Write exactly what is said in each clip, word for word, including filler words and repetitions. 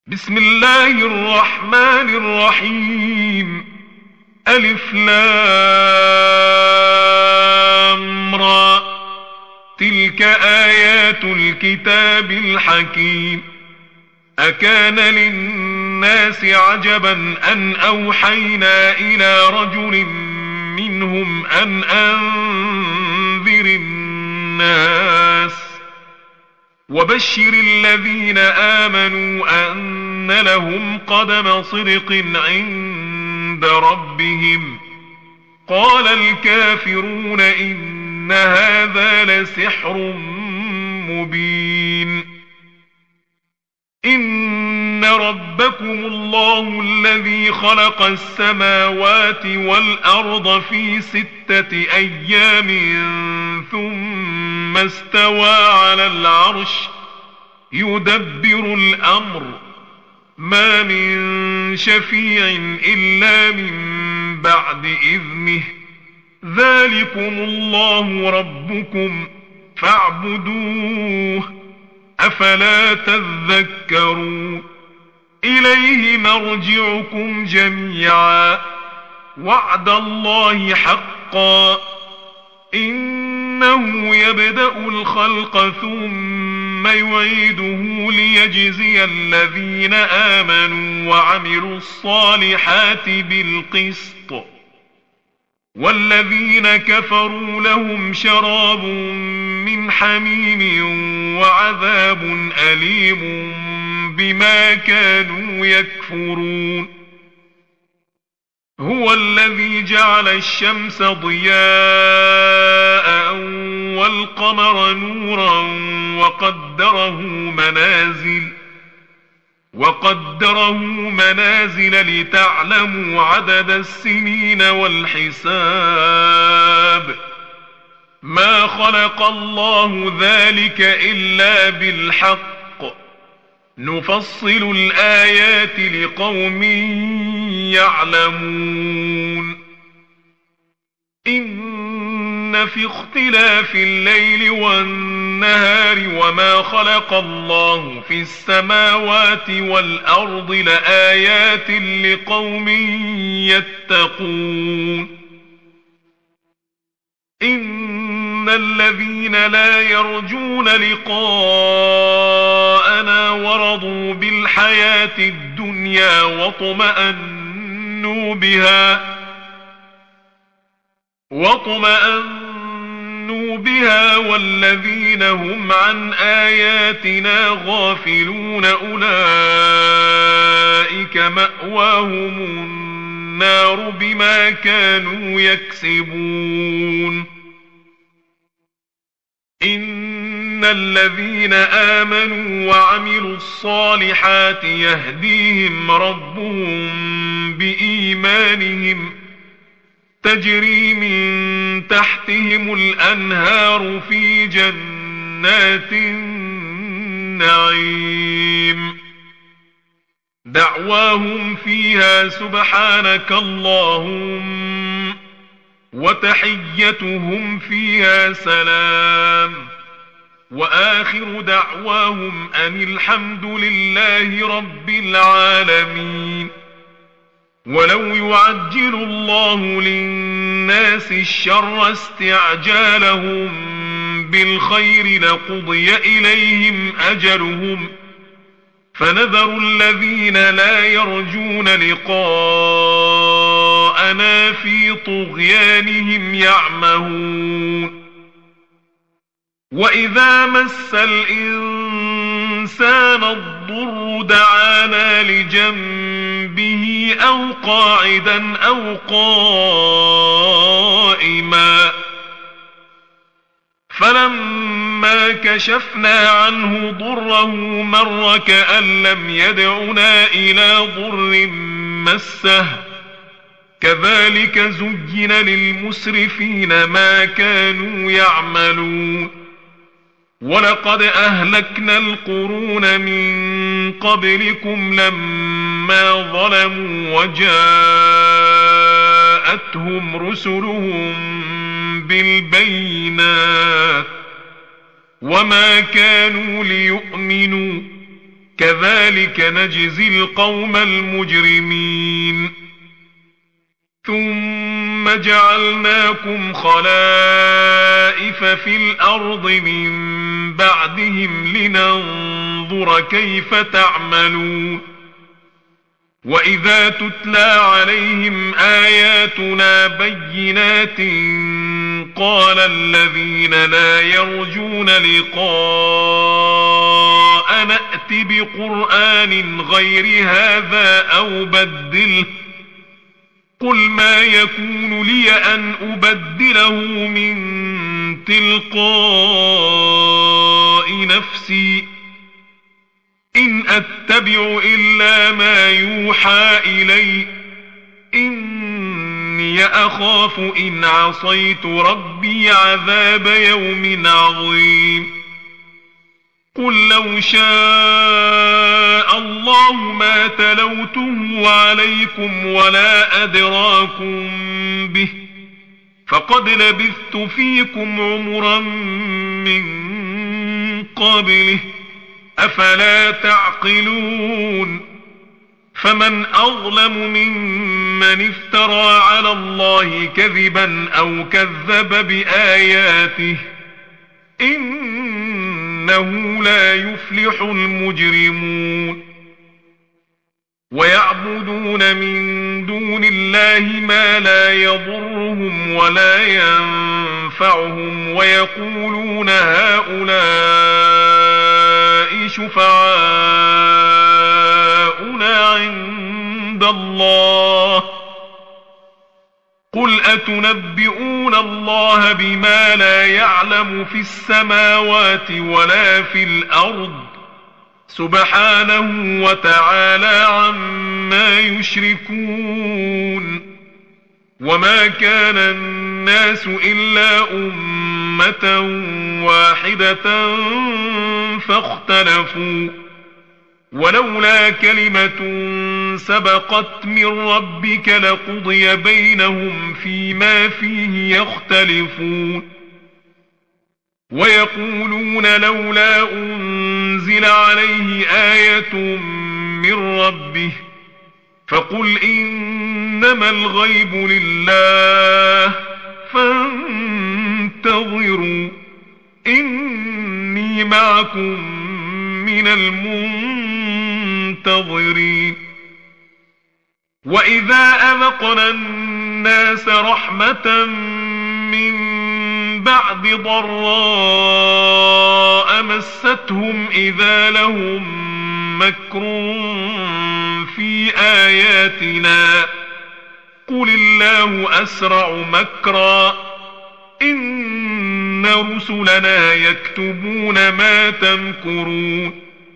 بسم الله الرحمن الرحيم. ألف لام را. تلك آيات الكتاب الحكيم. أكان للناس عجبا أن أوحينا إلى رجل منهم أن أنذر الناس وبشر الذين آمنوا أن لهم قدم صدق عند ربهم. قال الكافرون إن هذا لسحر مبين. إن ربكم الله الذي خلق السماوات والأرض في ستة أيام ثم استوى على العرش يدبر الأمر ما من شفيع إلا من بعد إذنه. ذلكم الله ربكم فاعبدوه أفلا تذكرون. إليه مرجعكم جميعا وعد الله حقا إنه يبدأ الخلق ثم يعيده ليجزي الذين آمنوا وعملوا الصالحات بالقسط والذين كفروا لهم شراب من حميم وعذاب أليم بما كانوا يكفرون. هو الذي جعل الشمس ضياء والقمر نورا وقدره منازل وقدره منازل لتعلموا عدد السنين والحساب. ما خلق الله ذلك إلا بالحق نفصل الآيات لقوم يعلمون. إن في اختلاف الليل والنهار وما خلق الله في السماوات والأرض لآيات لقوم يتقون. إن الذين لا يرجون لقاءنا ورضوا بالحياة الدنيا واطمأنوا بها واطمأنوا بها والذين هم عن آياتنا غافلون أولئك مأواهم النار بما كانوا يكسبون. إن الذين آمنوا وعملوا الصالحات يهديهم ربهم بإيمانهم تجري من تحتهم الأنهار في جنات النعيم. دعواهم فيها سبحانك اللهم وتحيتهم فيها سلام وآخر دعواهم أن الحمد لله رب العالمين. ولو يعجل الله للناس الشر استعجالهم بالخير لقضي إليهم أجلهم فنذر الذين لا يرجون لقاءنا في طغيانهم يعمهون. وإذا مس الإنسان الضر دعانا لجنبه أو قاعدا أو قائما فلما كشفنا عنه ضره مر كأن لم يدعنا إلى ضر مسه. كذلك زين للمسرفين ما كانوا يعملون. ولقد أهلكنا القرون من قبلكم لما ظلموا وجاءتهم رسلهم بالبينات وما كانوا ليؤمنوا كذلك نجزي القوم المجرمين ثم جعلناكم خلائف في الأرض من بعدهم لننظر كيف تعملون وإذا تتلى عليهم آياتنا بينات قال الذين لا يرجون لقاء نأت بقرآن غير هذا أو بدله قل ما يكون لي أن أبدله من تلقاء نفسي إن أتبع إلا ما يوحى إلي إني أخاف إن عصيت ربي عذاب يوم عظيم قل لو شاء الله ما تلوته عليكم ولا أدراكم به فقد لبثت فيكم عمرا من قبله أفلا تعقلون فمن أظلم ممن افترى على الله كذبا أو كذب بآياته إنه لا يفلح المجرمون ويعبدون من دون الله ما لا يضرهم ولا ينفعهم ويقولون هؤلاء شفعاؤنا عند الله قل أتنبئون الله بما لا يعلم في السماوات ولا في الأرض سبحانه وتعالى عما يشركون وما كان الناس إلا أمة واحدة فاختلفوا ولولا كلمة سبقت من ربك لقضي بينهم فيما فيه يختلفون ويقولون لولا أنزل عليه آية من ربه فقل إنما الغيب لله فانتظروا إني معكم من المنتظرين وإذا أذقنا الناس رحمة من بعد ضراء مستهم إذا لهم مكر في آياتنا قل الله أسرع مكرا إن رسلنا يكتبون ما تمكرون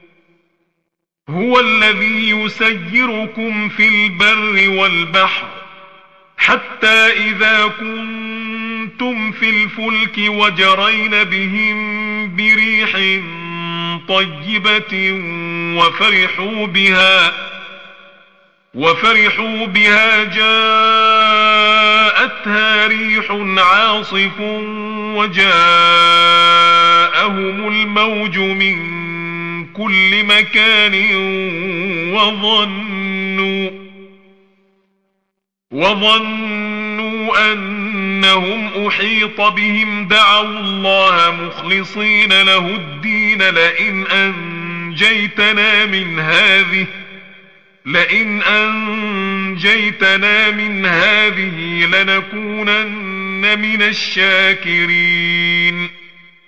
هو الذي يسيركم في البر والبحر حتى إذا كنتم في الفلك وجرين بهم بريح طيبة وفرحوا بها وفرحوا بها جاءتها ريح عاصف وجاءهم الموج من كل مكان وظنوا وظنوا أنهم أحيط بهم دعوا الله مخلصين له الدين لئن أنجيتنا من هذه لئن أنجيتنا من هذه لنكونن من الشاكرين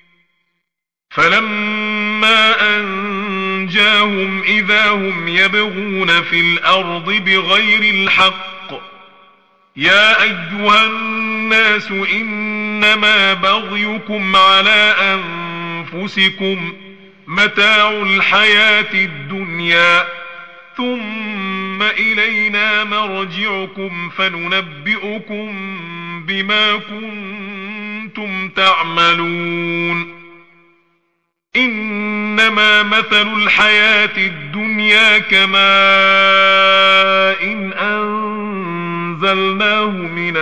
فلما أنجاهم إذا هم يبغون في الأرض بغير الحق يا أيها الناس إنما بغيكم على أنفسكم متاع الحياة الدنيا ثم إلينا مرجعكم فننبئكم بما كنتم تعملون إنما مثل الحياة الدنيا كماء إن أنزلناه من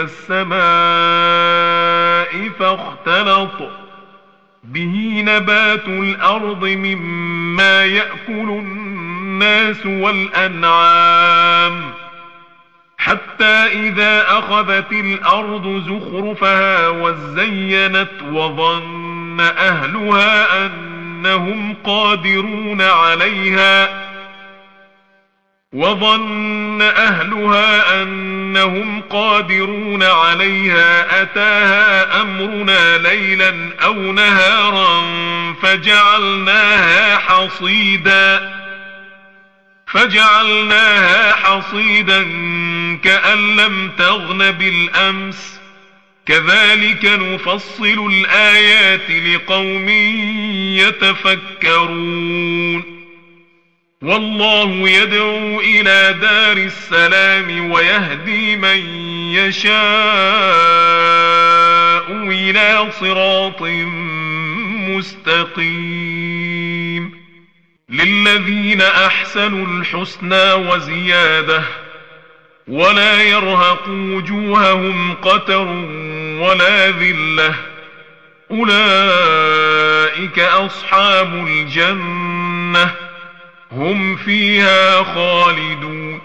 السماء فاختلط به نبات الأرض مما يأكل الناس الناس والأنعام حتى إذا أخذت الأرض زخرفها وزينت وظن أهلها أنهم قادرون عليها وظن أهلها أنهم قادرون عليها أتاها أمرنا ليلا أو نهارا فجعلناها حصيدا فجعلناها حصيدا كأن لم تغن بالأمس كذلك نفصل الآيات لقوم يتفكرون والله يدعو إلى دار السلام ويهدي من يشاء إلى صراط مستقيم للذين أحسنوا الحسنى وزيادة ولا يرهق وجوههم قتر ولا ذلة أولئك أصحاب الجنة هم فيها خالدون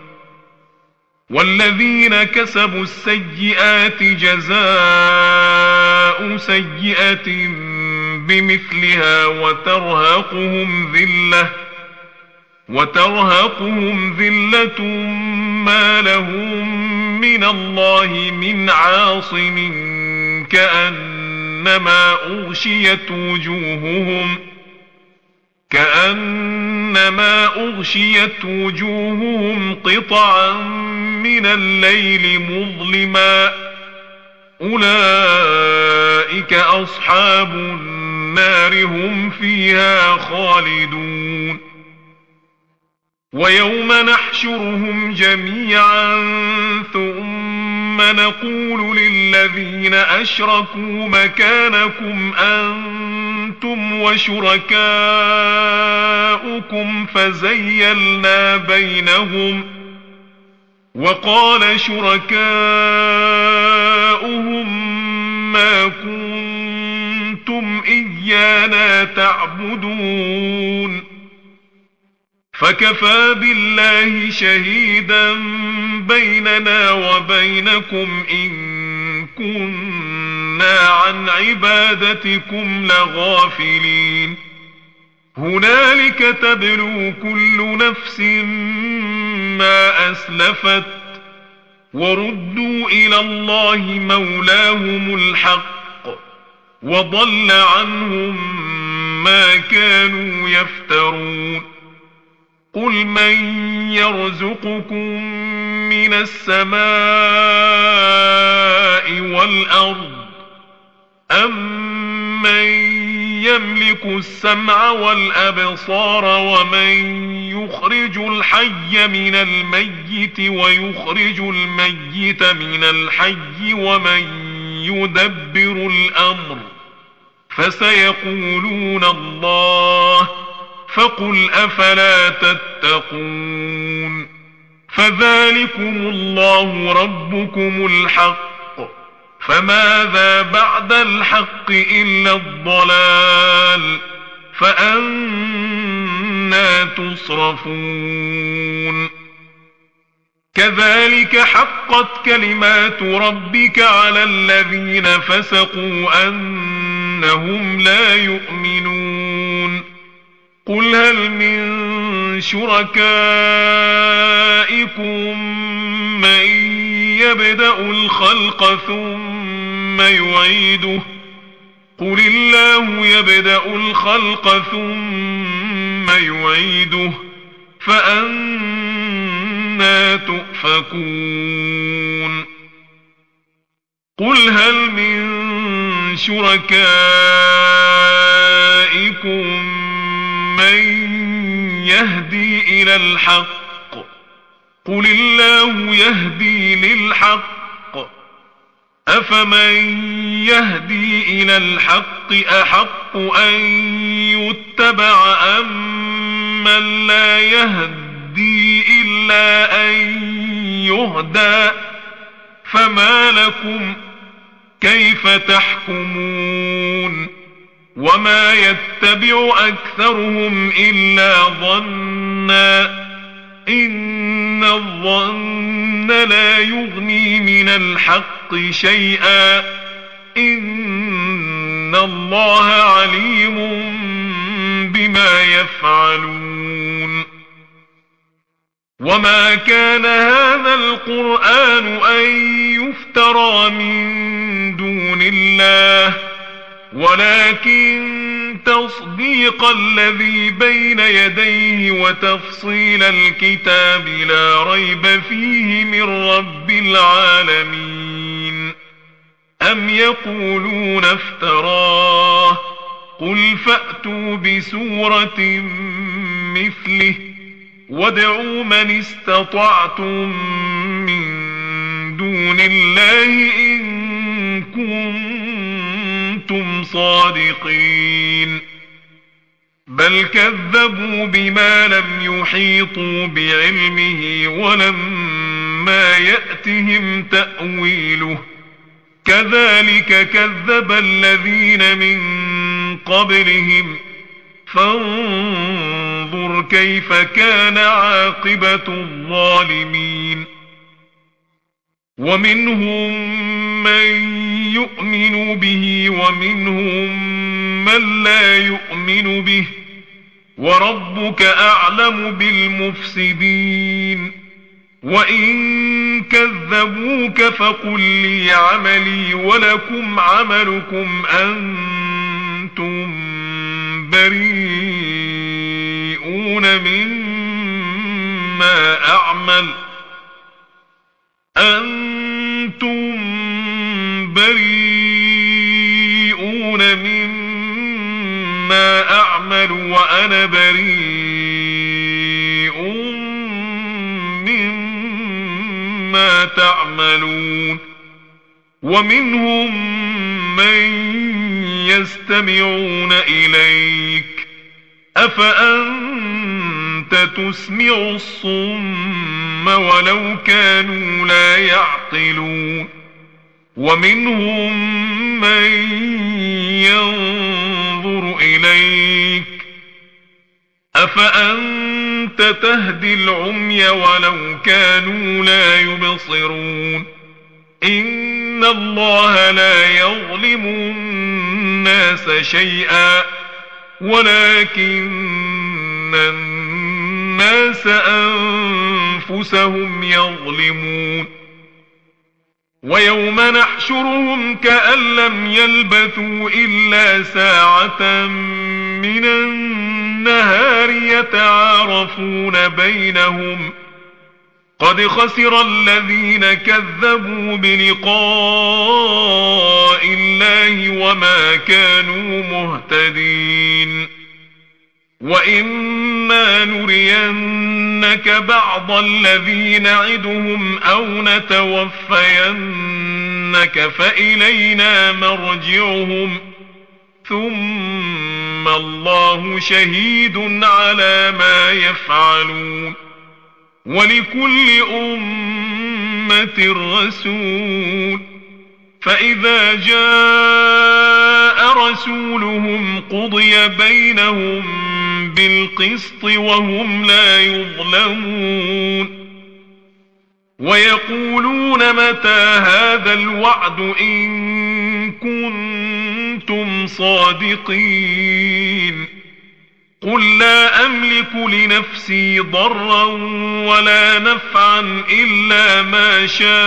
والذين كسبوا السيئات جزاء سيئة بمثلها وترهقهم ذلة وترهقهم ذلة ما لهم من الله من عاصم كأنما أغشيت وجوههم كأنما أغشيت وجوههم قطعا من الليل مظلما أولئك أصحاب النار هم فيها خالدون ويوم نحشرهم جميعا ثم نقول للذين أشركوا مكانكم أنتم وشركاؤكم فزيلنا بينهم وقال شركاؤهم ما كنتم إيانا تعبدون فكفى بالله شهيدا بيننا وبينكم إن كنا عن عبادتكم لغافلين هنالك تبلو كل نفس ما أسلفت وردوا إلى الله مولاهم الحق وضل عنهم ما كانوا يفترون قل من يرزقكم من السماء والأرض أم من يملك السمع والأبصار ومن يخرج الحي من الميت ويخرج الميت من الحي ومن يدبر الأمر فسيقولون الله فقل أفلا تتقون فذلكم الله ربكم الحق فماذا بعد الحق إلا الضلال فأنى تصرفون كذلك حقت كلمات ربك على الذين فسقوا أنهم لا يؤمنون قل هل من شركائكم من يبدأ الخلق ثم يعيده قل الله يبدأ الخلق ثم يعيده فأنى تؤفكون قل هل من شركائكم من يهدي إلى الحق قل الله يهدي للحق أفمن يهدي إلى الحق أحق أن يتبع أم من لا يهدي إلا أن يهدى فما لكم كيف تحكمون وما يتبع أكثرهم إلا ظن ظنا إن الظن لا يغني من الحق شيئا إن الله عليم بما يفعلون. وما كان هذا القرآن أن يفترى من دون الله ولكن تصديق الذي بين يديه وتفصيل الكتاب لا ريب فيه من رب العالمين. أم يقولون افتراه قل فأتوا بسورة مثله وادعوا من استطعتم من دون الله إن كنتم صادقين. بل كذبوا بما لم يحيطوا بعلمه ولما يأتهم تأويله كذلك كذب الذين من قبلهم فانظر كيف كان عاقبة الظالمين. ومنهم من يؤمن به ومنهم من لا يؤمن به وربك أعلم بالمفسدين. وإن كذبوك فقل لي عملي ولكم عملكم أنتم بريئون مما أعمل أنتم بريئون مما أعمل وأنا بريء مما تعملون. ومنهم من يستمعون إليك أفأنت تسمع الصم ولو كانوا لا يعقلون. ومنهم من ينظر إليك أفأنت تهدي العمي ولو كانوا لا يبصرون. إن الله لا يظلم الناس شيئا ولكن الناس أنفسهم يظلمون. ويوم نحشرهم كأن لم يلبثوا إلا ساعة من النهار يتعارفون بينهم قد خسر الذين كذبوا بلقاء الله وما كانوا مهتدين. وإما نرينك بعض الذي نعدهم أو نتوفينك فإلينا مرجعهم ثم الله شهيد على ما يفعلون. ولكل أمة رسول فإذا جاء رسولهم قضي بينهم بالقسط وهم لا يظلمون. ويقولون متى هذا الوعد إن كنتم صادقين. قل لا أملك لنفسي ضرا ولا نفعا إلا ما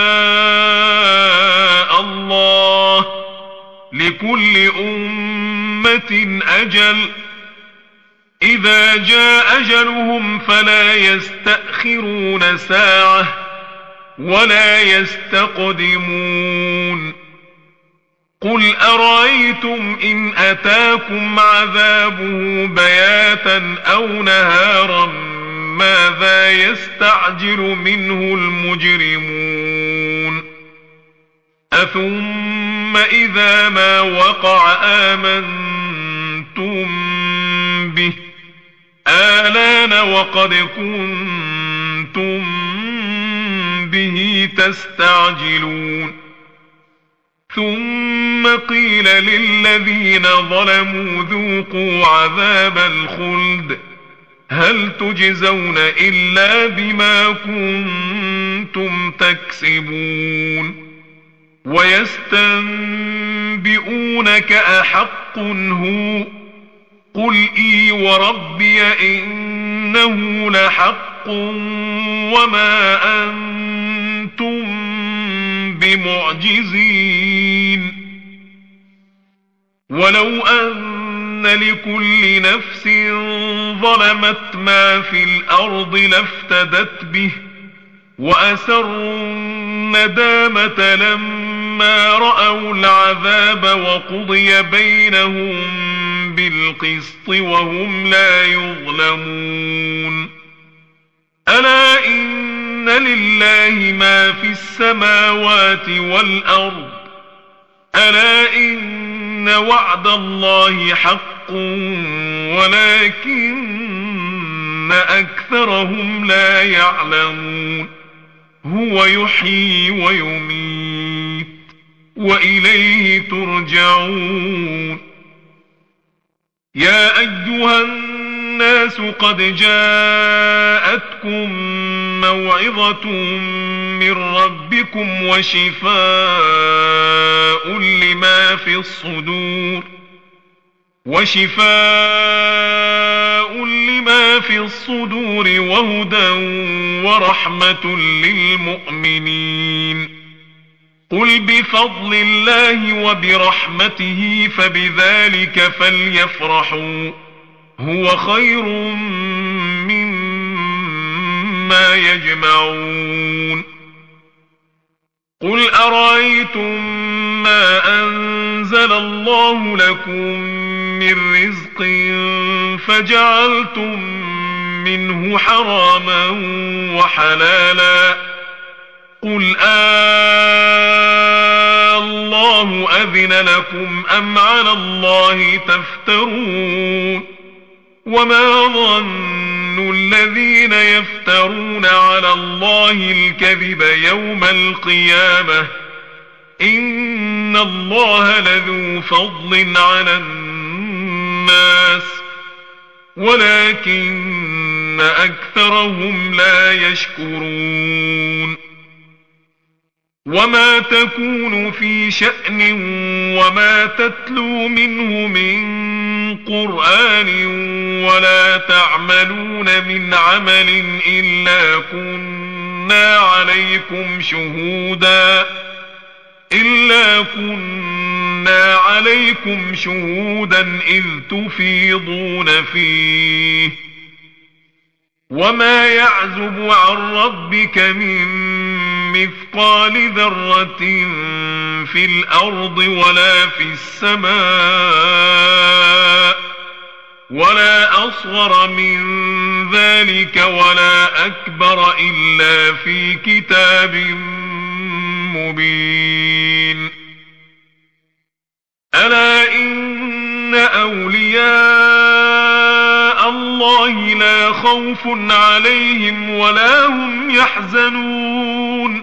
شاء الله لكل أمة أجل إذا جاء أجلهم فلا يستأخرون ساعة ولا يستقدمون. قل أرأيتم إن أتاكم عذابه بياتا أو نهارا ماذا يستعجل منه المجرمون. أثم إذا ما وقع آمنتم به آلان وقد كنتم به تستعجلون. ثم قيل للذين ظلموا ذوقوا عذاب الخلد هل تجزون إلا بما كنتم تكسبون ويستنبئونك أحق هو قل إي وربي إنه لحق وما أنتم بمعجزين ولو أن لكل نفس ظلمت ما في الأرض لافتدت به وأسروا الندامة لما رأوا العذاب وقضي بينهم بالقسط وهم لا يظلمون ألا إن لله ما في السماوات والأرض ألا إن وعد الله حق ولكن أكثرهم لا يعلمون هو يحيي ويميت وإليه ترجعون يا أيها الناس قد جاءتكم موعظة من ربكم وشفاء لما في الصدور وشفاء لما في الصدور وهدى ورحمة للمؤمنين قل بفضل الله وبرحمته فبذلك فليفرحوا هو خير مما يجمعون قل أرأيتم ما أنزل الله لكم من رزق فجعلتم منه حراما وحلالا قل آه الله أذن لكم أم على الله تفترون وما ظن الذين يفترون على الله الكذب يوم القيامة إن الله لذو فضل على الناس ولكن أكثرهم لا يشكرون وما تكون في شأن وما تتلو منه من قرآن ولا تعملون من عمل إلا كنا عليكم شهودا إلا كنا عليكم شهودا إذ تفيضون فيه وما يعزب عن ربك من مثقال ذرة في الأرض ولا في السماء ولا أصغر من ذلك ولا أكبر إلا في كتاب مبين ألا إن أولياء الله لا خوف عليهم ولا هم يحزنون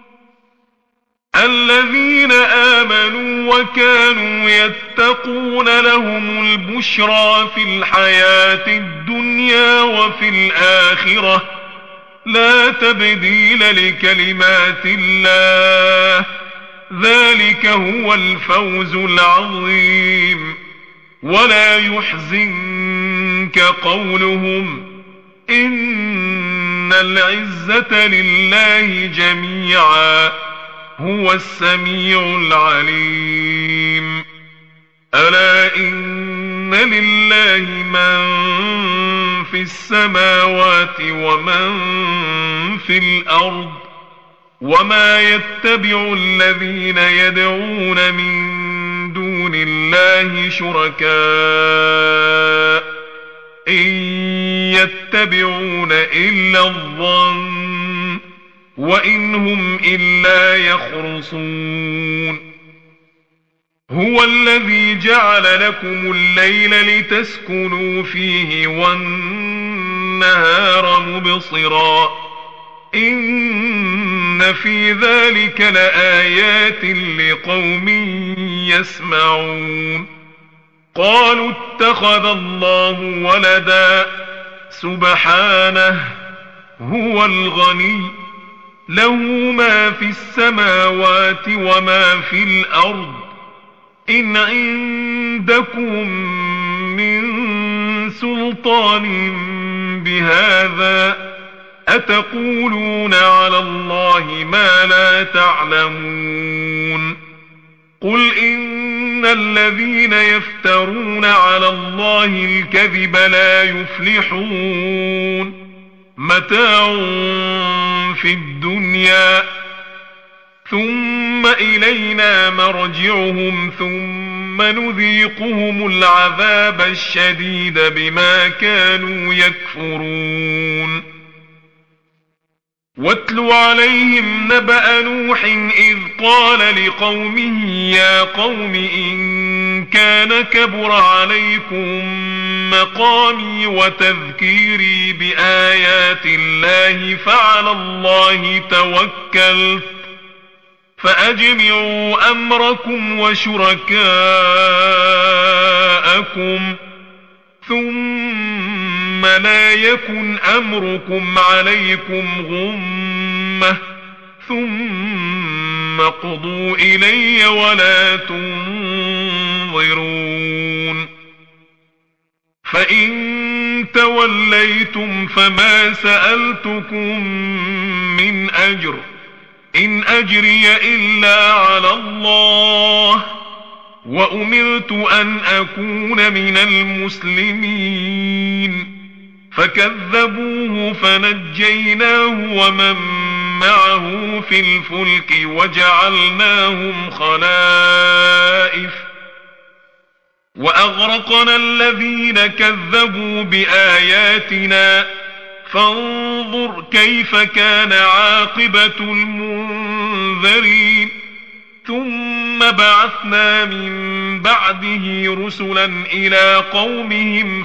الذين آمنوا وكانوا يتقون لهم البشرى في الحياة الدنيا وفي الآخرة لا تبديل لكلمات الله ذلك هو الفوز العظيم ولا يحزنك قولهم إن العزة لله جميعا هو السميع العليم ألا إن لله من في السماوات ومن في الأرض وما يتبع الذين يدعون من دون الله شركاء إن يتبعون إلا الظن وإن هم إلا يخرصون هو الذي جعل لكم الليل لتسكنوا فيه والنهار مبصرا إن في ذلك لآيات لقوم يسمعون قالوا اتخذ الله ولدا سبحانه هو الغني له ما في السماوات وما في الأرض إن عندكم من سلطان بهذا أتقولون على الله ما لا تعلمون قل إن الذين يفترون على الله الكذب لا يفلحون متاع في الدنيا ثم إلينا مرجعهم ثم نذيقهم العذاب الشديد بما كانوا يكفرون واتل عليهم نبأ نوح إذ قال لقومه يا قوم إن كان كبر عليكم مقامي وتذكيري بآيات الله فعلى الله توكلت فأجمعوا أمركم وشركاءكم ثم لا يكن أمركم عليكم غمة ثم اقضوا إلي ولا تنظرون فإن توليتم فما سألتكم من أجر إن أجري إلا على الله وأمرت أن أكون من المسلمين فكذبوه فنجيناه ومن معه في الفلك وجعلناهم خلائف وأغرقنا الذين كذبوا بآياتنا فانظر كيف كان عاقبة المنذرين ثم بعثنا من بعده رسلا إلى قومهم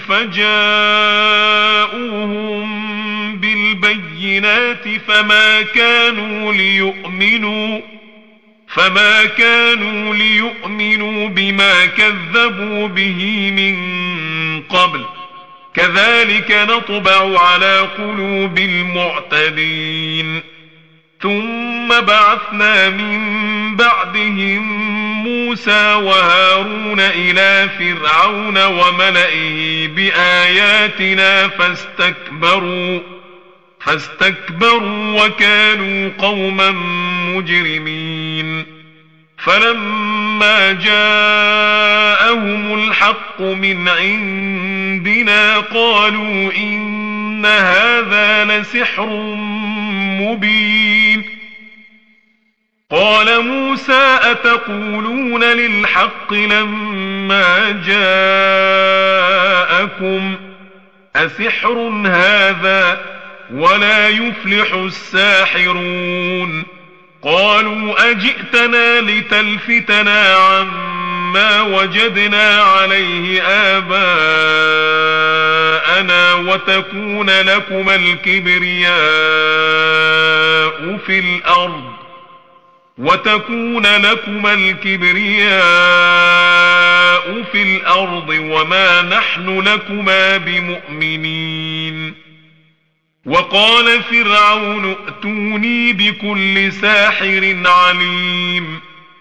فجاءوهم بالبينات فما كانوا ليؤمنوا فما كانوا ليؤمنوا بما كذبوا به من قبل كذلك نطبع على قلوب المعتدين ثم بعثنا من بعدهم موسى وهارون إلى فرعون وملئه بآياتنا فاستكبروا فاستكبروا وكانوا قوما مجرمين فلما جاءهم الحق من عندنا قالوا إن هذا لسحر مبين قال موسى أتقولون للحق لما جاءكم أسحر هذا ولا يفلح الساحرون قالوا أجئتنا لتلفتنا عما وجدنا عليه آباءنا وتكون لكما الكبرياء في الأرض وتكون لكما الكبرياء في الأرض وما نحن لكما بمؤمنين وقال فرعون ائتوني بكل ساحر عليم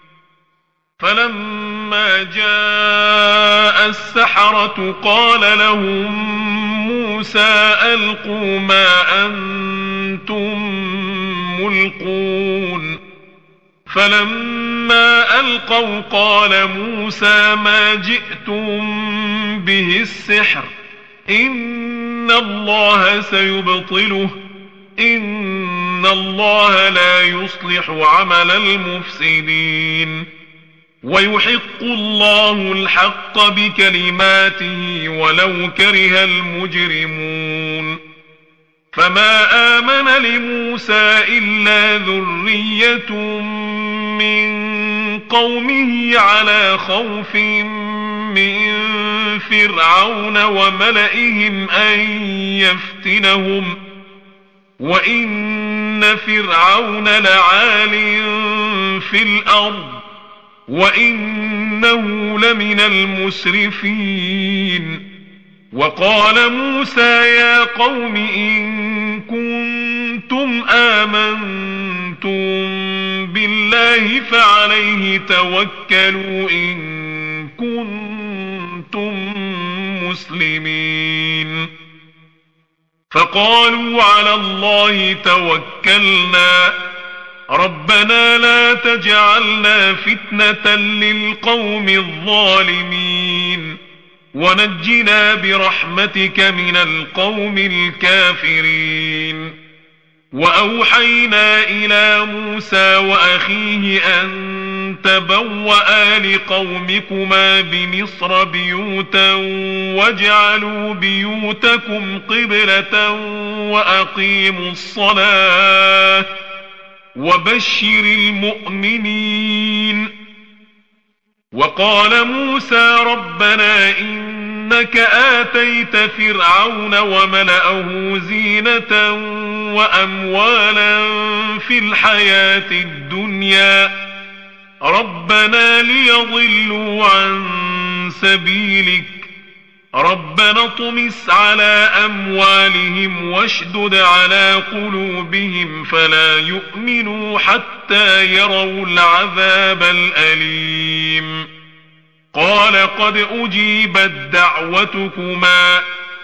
فلما جاء السحرة قال لهم موسى ألقوا ما أنتم ملقون فلما ألقوا قال موسى ما جئتم به السحر إن الله سيبطله إن الله لا يصلح عمل المفسدين ويحق الله الحق بكلماته ولو كره المجرمون فما آمن لموسى إلا ذرية من قومه على خوف من فرعون وملئهم أن يفتنهم وإن فرعون لعال في الأرض وإنه لمن المسرفين وقال موسى يا قوم إن كنتم آمنتم بالله فعليه توكلوا إن كنتم مسلمين فقالوا على الله توكلنا ربنا لا تجعلنا فتنة للقوم الظالمين ونجنا برحمتك من القوم الكافرين وأوحينا إلى موسى وأخيه أن تبوأ لقومكما بمصر بيوتا واجعلوا بيوتكم قبلة وأقيموا الصلاة وبشر المؤمنين وقال موسى ربنا إنك آتيت فرعون وملأه زينة وأموالا في الحياة الدنيا ربنا ليضلوا عن سبيلك ربنا اطمس على أموالهم واشدد على قلوبهم فلا يؤمنوا حتى يروا العذاب الأليم قال قد أجيبت دعوتكما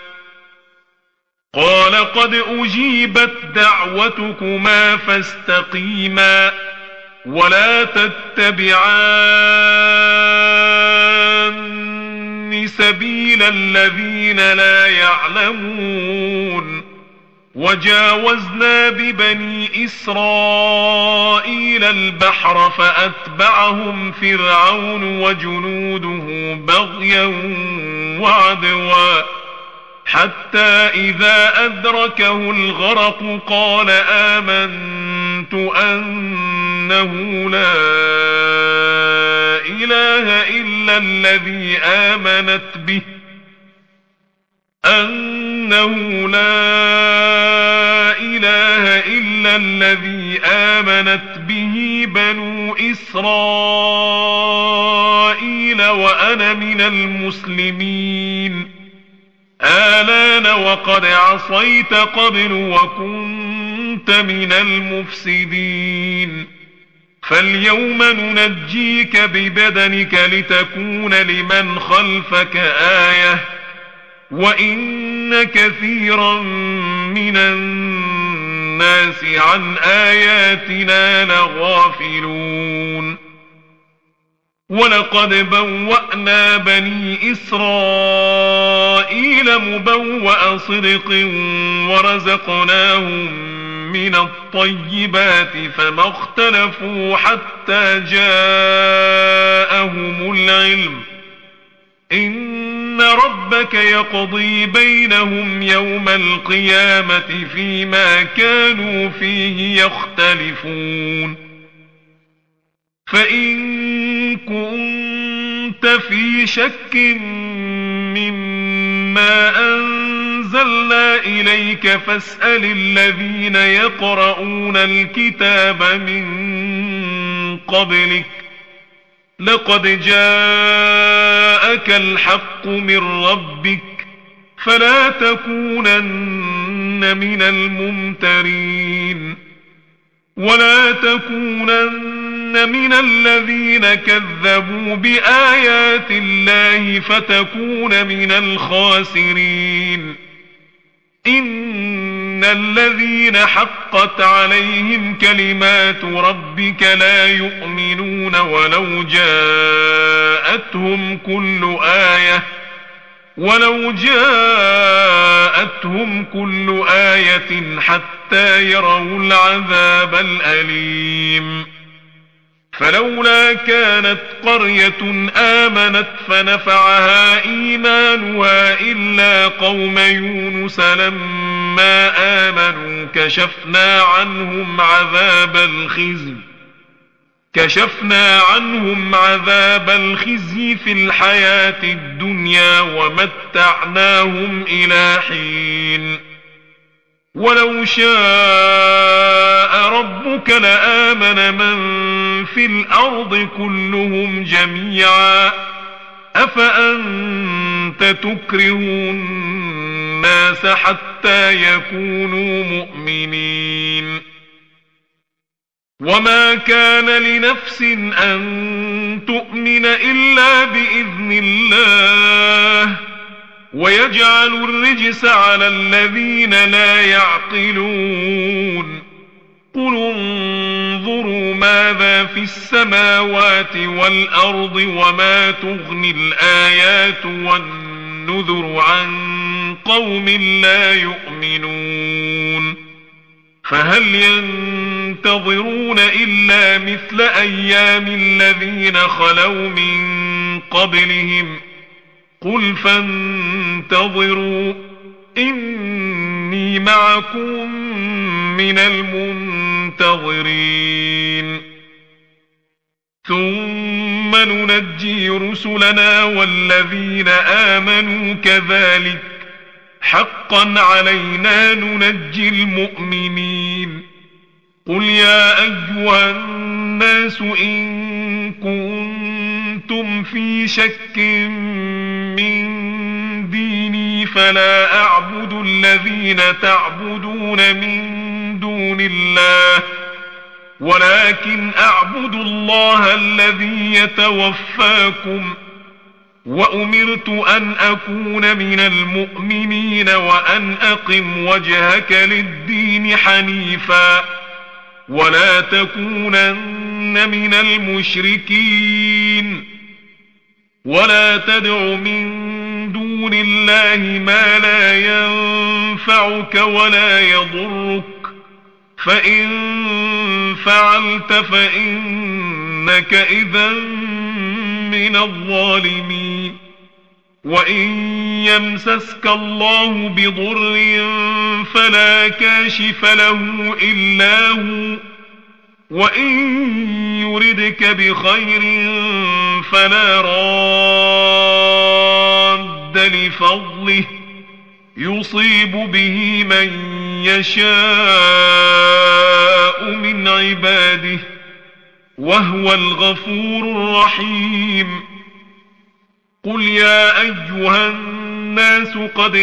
قال قد أجيبت دعوتكما فاستقيما ولا تتبعان سبيل الذين لا يعلمون وجاوزنا ببني إسرائيل البحر فأتبعهم فرعون وجنوده بغيا وعدوا حتى إذا أدركه الغرق قال آمنت أنه لا إله إلا الذي آمنت به أنه لا إله إلا الذي آمنت به بنو إسرائيل وأنا من المسلمين آلان وقد عصيت قبل وكنت من المفسدين فاليوم ننجيك ببدنك لتكون لمن خلفك آية وإن كثيرا من الناس عن آياتنا لغافلون ولقد بوأنا بني إسرائيل مبوأ صدق ورزقناهم من الطيبات فما اختلفوا حتى جاءهم العلم إن ربك يقضي بينهم يوم القيامة فيما كانوا فيه يختلفون فإن كنت في شك مما أنزلنا إليك فاسأل الذين يقرؤون الكتاب من قبلك لقد جاءك الحق من ربك فلا تكونن من الممترين ولا تكونن من الذين كذبوا بآيات الله فتكون من الخاسرين إن الذين حقت عليهم كلمات ربك لا يؤمنون ولو جاءتهم كل آية ولو جاءتهم كل آية حتى يروا العذاب الأليم فلولا كانت قرية آمنت فنفعها إيمانها إلا قوم يونس لما آمنوا كشفنا عنهم عذاب الخزي كشفنا عنهم عذاب الخزي في الحياة الدنيا ومتعناهم إلى حين ولو شاء ربك لآمن من في الأرض كلهم جميعا أفأنت كنت تكره الناس حتى يكونوا مؤمنين وما كان لنفس أن تؤمن إلا بإذن الله ويجعل الرجس على الذين لا يعقلون قل انظروا ماذا في السماوات والأرض وما تغني الآيات والنذر عن قوم لا يؤمنون فهل ينتظرون إلا مثل أيام الذين خلوا من قبلهم قل فانتظروا إني معكم من المنتظرين ثم ننجي رسلنا والذين آمنوا كذلك حقا علينا ننجي المؤمنين قل يا أيها الناس إن كنتم في شك من ديني فلا أعبد الذين تعبدون من دون الله ولكن أعبد الله الذي يتوفاكم وأمرت أن أكون من المؤمنين وأن أقم وجهك للدين حنيفا ولا تكونن من المشركين ولا تدع من دون الله ما لا ينفعك ولا يضرك فإن فعلت فإنك إذا من الظالمين وإن يمسسك الله بضر فلا كاشف له إلا هو وإن يردك بخير فلا راد لفضله يصيب به من يشاء من عباده وهو الغفور الرحيم قل يا أيها الناس قد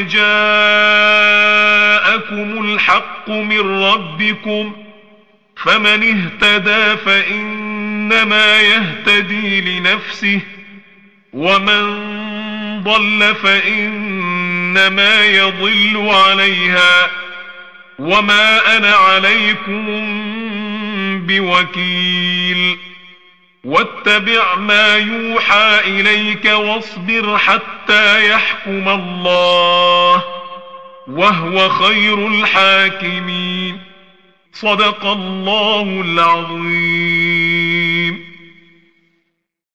جاءكم الحق من ربكم فمن اهتدى فإنما يهتدي لنفسه ومن ضل فإنما يضل عليها وما أنا عليكم بوكيل واتبع ما يوحى إليك واصبر حتى يحكم الله وهو خير الحاكمين صدق الله العظيم.